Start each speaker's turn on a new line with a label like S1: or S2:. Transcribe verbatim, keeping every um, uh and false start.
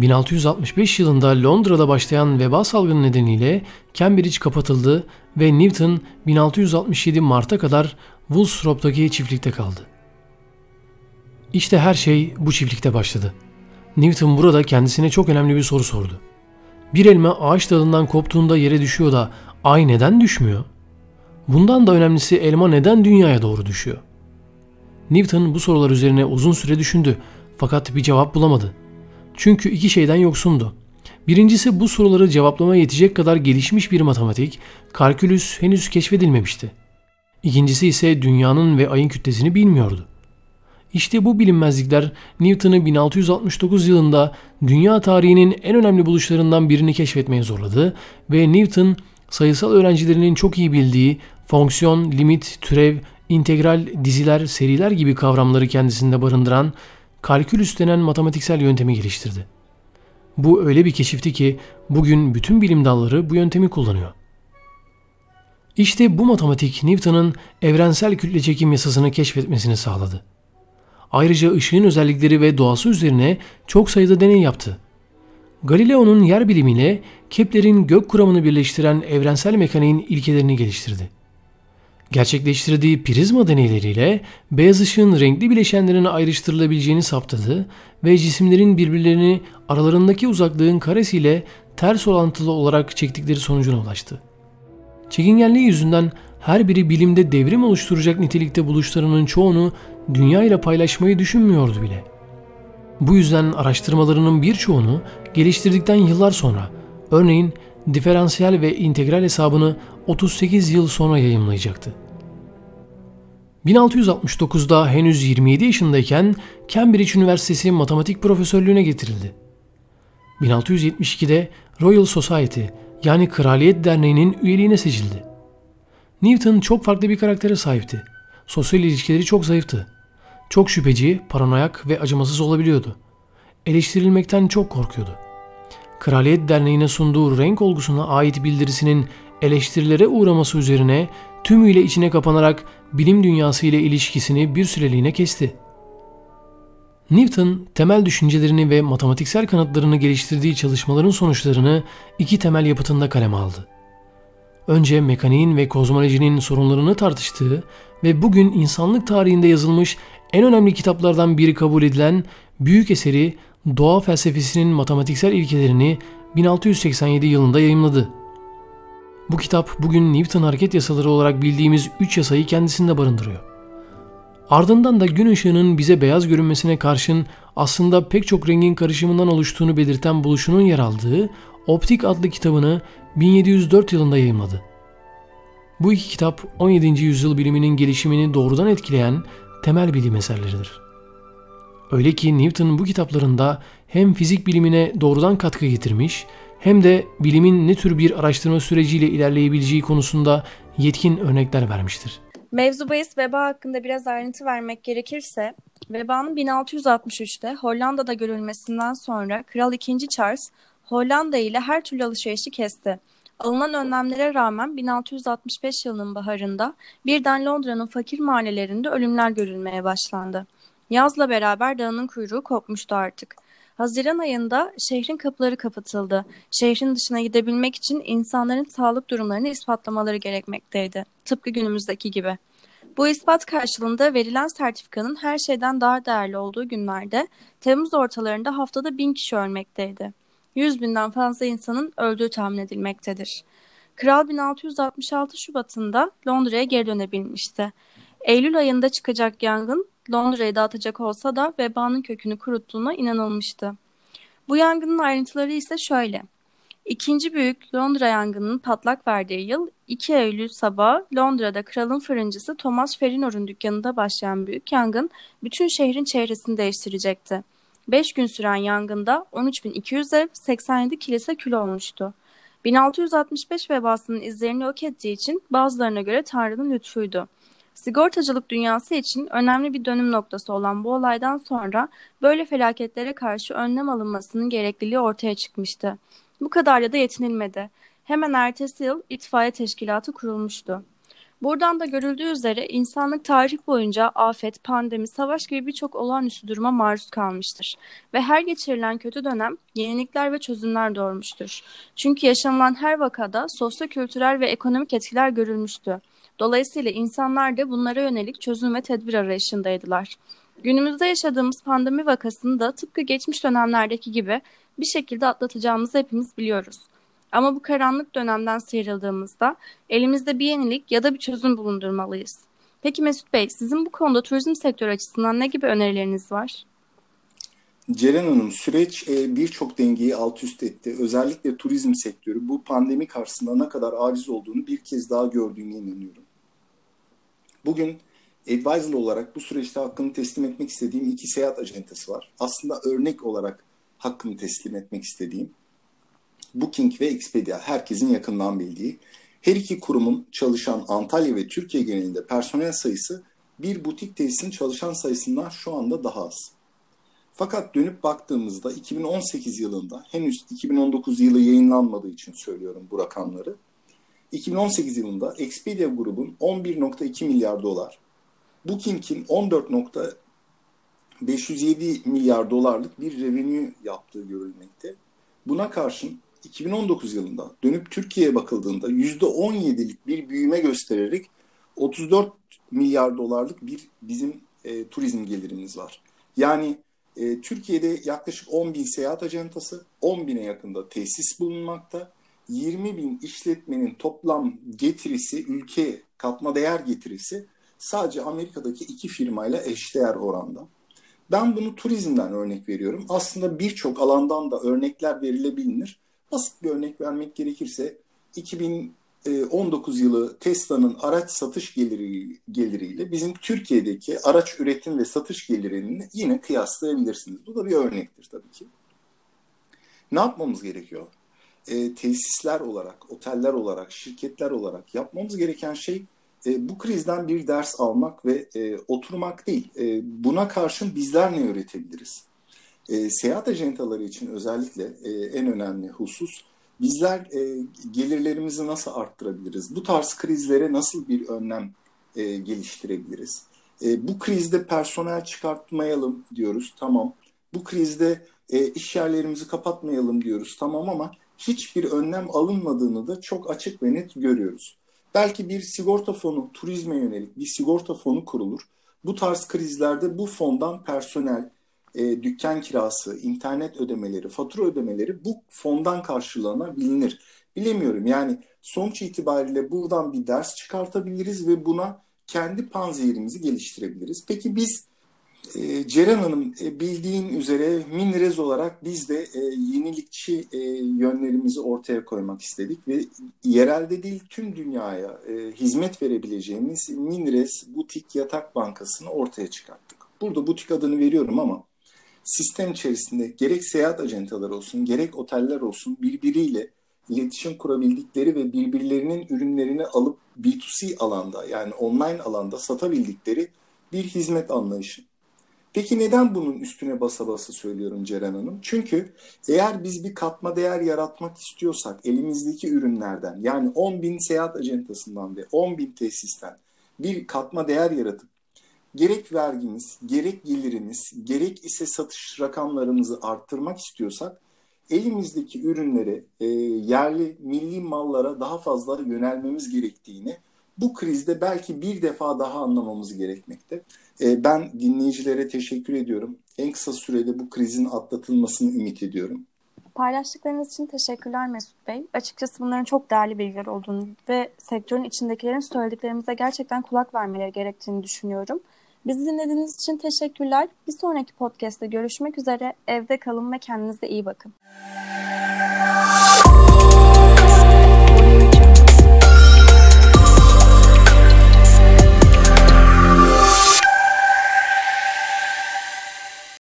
S1: bin altı yüz altmış beş yılında Londra'da başlayan veba salgını nedeniyle Cambridge kapatıldı ve Newton bin altı yüz altmış yedi Mart'a kadar Woolsthorpe'daki çiftlikte kaldı. İşte her şey bu çiftlikte başladı. Newton burada kendisine çok önemli bir soru sordu. Bir elma ağaç dalından koptuğunda yere düşüyor da ay neden düşmüyor? Bundan da önemlisi elma neden dünyaya doğru düşüyor? Newton bu sorular üzerine uzun süre düşündü fakat bir cevap bulamadı. Çünkü iki şeyden yoksundu. Birincisi, bu soruları cevaplamaya yetecek kadar gelişmiş bir matematik, kalkülüs henüz keşfedilmemişti. İkincisi ise dünyanın ve ayın kütlesini bilmiyordu. İşte bu bilinmezlikler Newton'u bin altı yüz altmış dokuz yılında dünya tarihinin en önemli buluşlarından birini keşfetmeye zorladı ve Newton sayısal öğrencilerinin çok iyi bildiği fonksiyon, limit, türev, integral, diziler, seriler gibi kavramları kendisinde barındıran kalkülüs denen matematiksel yöntemi geliştirdi. Bu öyle bir keşifti ki bugün bütün bilim dalları bu yöntemi kullanıyor. İşte bu matematik Newton'un evrensel kütleçekim yasasını keşfetmesini sağladı. Ayrıca ışığın özellikleri ve doğası üzerine çok sayıda deney yaptı. Galileo'nun yer bilimiyle Kepler'in gök kuramını birleştiren evrensel mekaniğin ilkelerini geliştirdi. Gerçekleştirdiği prizma deneyleriyle beyaz ışığın renkli bileşenlerine ayrıştırılabileceğini saptadı ve cisimlerin birbirlerini aralarındaki uzaklığın karesiyle ters orantılı olarak çektikleri sonucuna ulaştı. Çekingenliği yüzünden her biri bilimde devrim oluşturacak nitelikte buluşlarının çoğunu dünya ile paylaşmayı düşünmüyordu bile. Bu yüzden araştırmalarının birçoğunu geliştirdikten yıllar sonra, örneğin diferansiyel ve integral hesabını otuz sekiz yıl sonra yayımlayacaktı. bin altı yüz altmış dokuzda henüz yirmi yedi yaşındayken Cambridge Üniversitesi matematik profesörlüğüne getirildi. bin altı yüz yetmiş ikide Royal Society yani Kraliyet Derneği'nin üyeliğine seçildi. Newton çok farklı bir karaktere sahipti. Sosyal ilişkileri çok zayıftı. Çok şüpheci, paranoyak ve acımasız olabiliyordu. Eleştirilmekten çok korkuyordu. Kraliyet Derneği'ne sunduğu renk olgusuna ait bildirisinin eleştirilere uğraması üzerine tümüyle içine kapanarak bilim dünyası ile ilişkisini bir süreliğine kesti. Newton, temel düşüncelerini ve matematiksel kanıtlarını geliştirdiği çalışmaların sonuçlarını iki temel yapıtında kaleme aldı. Önce mekaniğin ve kozmolojinin sorunlarını tartıştığı ve bugün insanlık tarihinde yazılmış en önemli kitaplardan biri kabul edilen büyük eseri Doğa Felsefesi'nin matematiksel ilkelerini bin altı yüz seksen yedi yılında yayımladı. Bu kitap bugün Newton hareket yasaları olarak bildiğimiz üç yasayı kendisinde barındırıyor. Ardından da gün ışığının bize beyaz görünmesine karşın aslında pek çok rengin karışımından oluştuğunu belirten buluşunun yer aldığı Optik adlı kitabını bin yedi yüz dört yılında yayımladı. Bu iki kitap on yedinci yüzyıl biliminin gelişimini doğrudan etkileyen temel bilim eserleridir. Öyle ki Newton bu kitaplarında hem fizik bilimine doğrudan katkı getirmiş hem de bilimin ne tür bir araştırma süreciyle ilerleyebileceği konusunda yetkin örnekler vermiştir.
S2: Mevzu bahis veba hakkında biraz ayrıntı vermek gerekirse, vebanın bin altı yüz altmış üçte Hollanda'da görülmesinden sonra Kral ikinci. Charles, Hollanda ile her türlü alışverişi kesti. Alınan önlemlere rağmen bin altı yüz altmış beş yılının baharında birden Londra'nın fakir mahallelerinde ölümler görülmeye başlandı. Yazla beraber dağının kuyruğu kopmuştu artık. Haziran ayında şehrin kapıları kapatıldı. Şehrin dışına gidebilmek için insanların sağlık durumlarını ispatlamaları gerekmekteydi. Tıpkı günümüzdeki gibi. Bu ispat karşılığında verilen sertifikanın her şeyden daha değerli olduğu günlerde Temmuz ortalarında haftada bin kişi ölmekteydi. yüz binden fazla insanın öldüğü tahmin edilmektedir. Kral bin altı yüz altmış altı Şubat'ında Londra'ya geri dönebilmişti. Eylül ayında çıkacak yangın Londra'yı dağıtacak olsa da vebanın kökünü kuruttuğuna inanılmıştı. Bu yangının ayrıntıları ise şöyle. İkinci büyük Londra yangınının patlak verdiği yıl iki Eylül sabahı Londra'da kralın fırıncısı Thomas Ferinor'un dükkanında başlayan büyük yangın bütün şehrin çehresini değiştirecekti. Beş gün süren yangında on üç bin iki yüz ev, seksen yedi kilise kül olmuştu. bin altı yüz altmış beş vebasının izlerini yok ettiği için bazılarına göre Tanrı'nın lütfuydu. Sigortacılık dünyası için önemli bir dönüm noktası olan bu olaydan sonra böyle felaketlere karşı önlem alınmasının gerekliliği ortaya çıkmıştı. Bu kadarla da yetinilmedi. Hemen ertesi yıl itfaiye teşkilatı kurulmuştu. Buradan da görüldüğü üzere insanlık tarih boyunca afet, pandemi, savaş gibi birçok olağanüstü duruma maruz kalmıştır. Ve her geçirilen kötü dönem yenilikler ve çözümler doğurmuştur. Çünkü yaşanılan her vakada sosyo-kültürel ve ekonomik etkiler görülmüştü. Dolayısıyla insanlar da bunlara yönelik çözüm ve tedbir arayışındaydılar. Günümüzde yaşadığımız pandemi vakasını da tıpkı geçmiş dönemlerdeki gibi bir şekilde atlatacağımızı hepimiz biliyoruz. Ama bu karanlık dönemden sıyrıldığımızda elimizde bir yenilik ya da bir çözüm bulundurmalıyız. Peki Mesut Bey, sizin bu konuda turizm sektörü açısından ne gibi önerileriniz var?
S3: Ceren Hanım, süreç e, birçok dengeyi alt üst etti. Özellikle turizm sektörü bu pandemi karşısında ne kadar aciz olduğunu bir kez daha gördüğüne inanıyorum. Bugün advisor olarak bu süreçte hakkını teslim etmek istediğim iki seyahat acentası var. Aslında örnek olarak hakkını teslim etmek istediğim Booking ve Expedia, herkesin yakından bildiği. Her iki kurumun çalışan Antalya ve Türkiye genelinde personel sayısı bir butik tesisin çalışan sayısından şu anda daha az. Fakat dönüp baktığımızda iki bin on sekiz yılında, henüz iki bin on dokuz yılı yayınlanmadığı için söylüyorum bu rakamları. iki bin on sekiz yılında Expedia grubun on bir virgül iki milyar dolar, Booking'in on dört virgül beş yüz yedi milyar dolarlık bir revenue yaptığı görülmekte. Buna karşın iki bin on dokuz yılında dönüp Türkiye'ye bakıldığında yüzde on yedilik bir büyüme göstererek otuz dört milyar dolarlık bir bizim e, turizm gelirimiz var. Yani e, Türkiye'de yaklaşık on bin seyahat acentası, on bine yakında tesis bulunmakta. yirmi bin işletmenin toplam getirisi, ülke katma değer getirisi sadece Amerika'daki iki firmayla eşdeğer oranda. Ben bunu turizmden örnek veriyorum. Aslında birçok alandan da örnekler verilebilir. Basit bir örnek vermek gerekirse iki bin on dokuz yılı Tesla'nın araç satış geliri, geliriyle bizim Türkiye'deki araç üretim ve satış gelirini yine kıyaslayabilirsiniz. Bu da bir örnektir tabii ki. Ne yapmamız gerekiyor? E, tesisler olarak, oteller olarak, şirketler olarak yapmamız gereken şey e, bu krizden bir ders almak ve e, oturmak değil. E, buna karşın bizler ne öğretebiliriz? E, seyahat acentaları için özellikle e, en önemli husus, bizler e, gelirlerimizi nasıl arttırabiliriz? Bu tarz krizlere nasıl bir önlem e, geliştirebiliriz? E, bu krizde personel çıkartmayalım diyoruz, tamam. Bu krizde e, iş yerlerimizi kapatmayalım diyoruz, tamam, ama hiçbir önlem alınmadığını da çok açık ve net görüyoruz. Belki bir sigorta fonu, turizme yönelik bir sigorta fonu kurulur. Bu tarz krizlerde bu fondan personel, e, dükkan kirası, internet ödemeleri, fatura ödemeleri bu fondan karşılanabilir. Bilemiyorum, yani sonuç itibariyle buradan bir ders çıkartabiliriz ve buna kendi panzehirimizi geliştirebiliriz. Peki biz e, Ceren Hanım, e, bildiğin üzere Minrez olarak biz de e, yenilikçi e, yönlerimizi ortaya koymak istedik ve yerelde değil tüm dünyaya e, hizmet verebileceğimiz Minrez Butik Yatak Bankası'nı ortaya çıkarttık. Burada butik adını veriyorum ama sistem içerisinde gerek seyahat acentaları olsun, gerek oteller olsun birbiriyle iletişim kurabildikleri ve birbirlerinin ürünlerini alıp B iki C alanda, yani online alanda satabildikleri bir hizmet anlayışı. Peki neden bunun üstüne basa basa söylüyorum Ceren Hanım? Çünkü eğer biz bir katma değer yaratmak istiyorsak elimizdeki ürünlerden, yani on bin seyahat acentasından ve on bin tesisten bir katma değer yaratıp gerek vergimiz, gerek gelirimiz, gerek ise satış rakamlarımızı arttırmak istiyorsak elimizdeki ürünlere, e, yerli milli mallara daha fazla yönelmemiz gerektiğini bu krizde belki bir defa daha anlamamız gerekmekte. E, ben dinleyicilere teşekkür ediyorum. En kısa sürede bu krizin atlatılmasını ümit ediyorum.
S2: Paylaştıklarınız için teşekkürler Mesut Bey. Açıkçası bunların çok değerli bilgiler olduğunu ve sektörün içindekilerin söylediklerimize gerçekten kulak vermeleri gerektiğini düşünüyorum. Bizi dinlediğiniz için teşekkürler. Bir sonraki podcast'te görüşmek üzere. Evde kalın ve kendinize iyi bakın.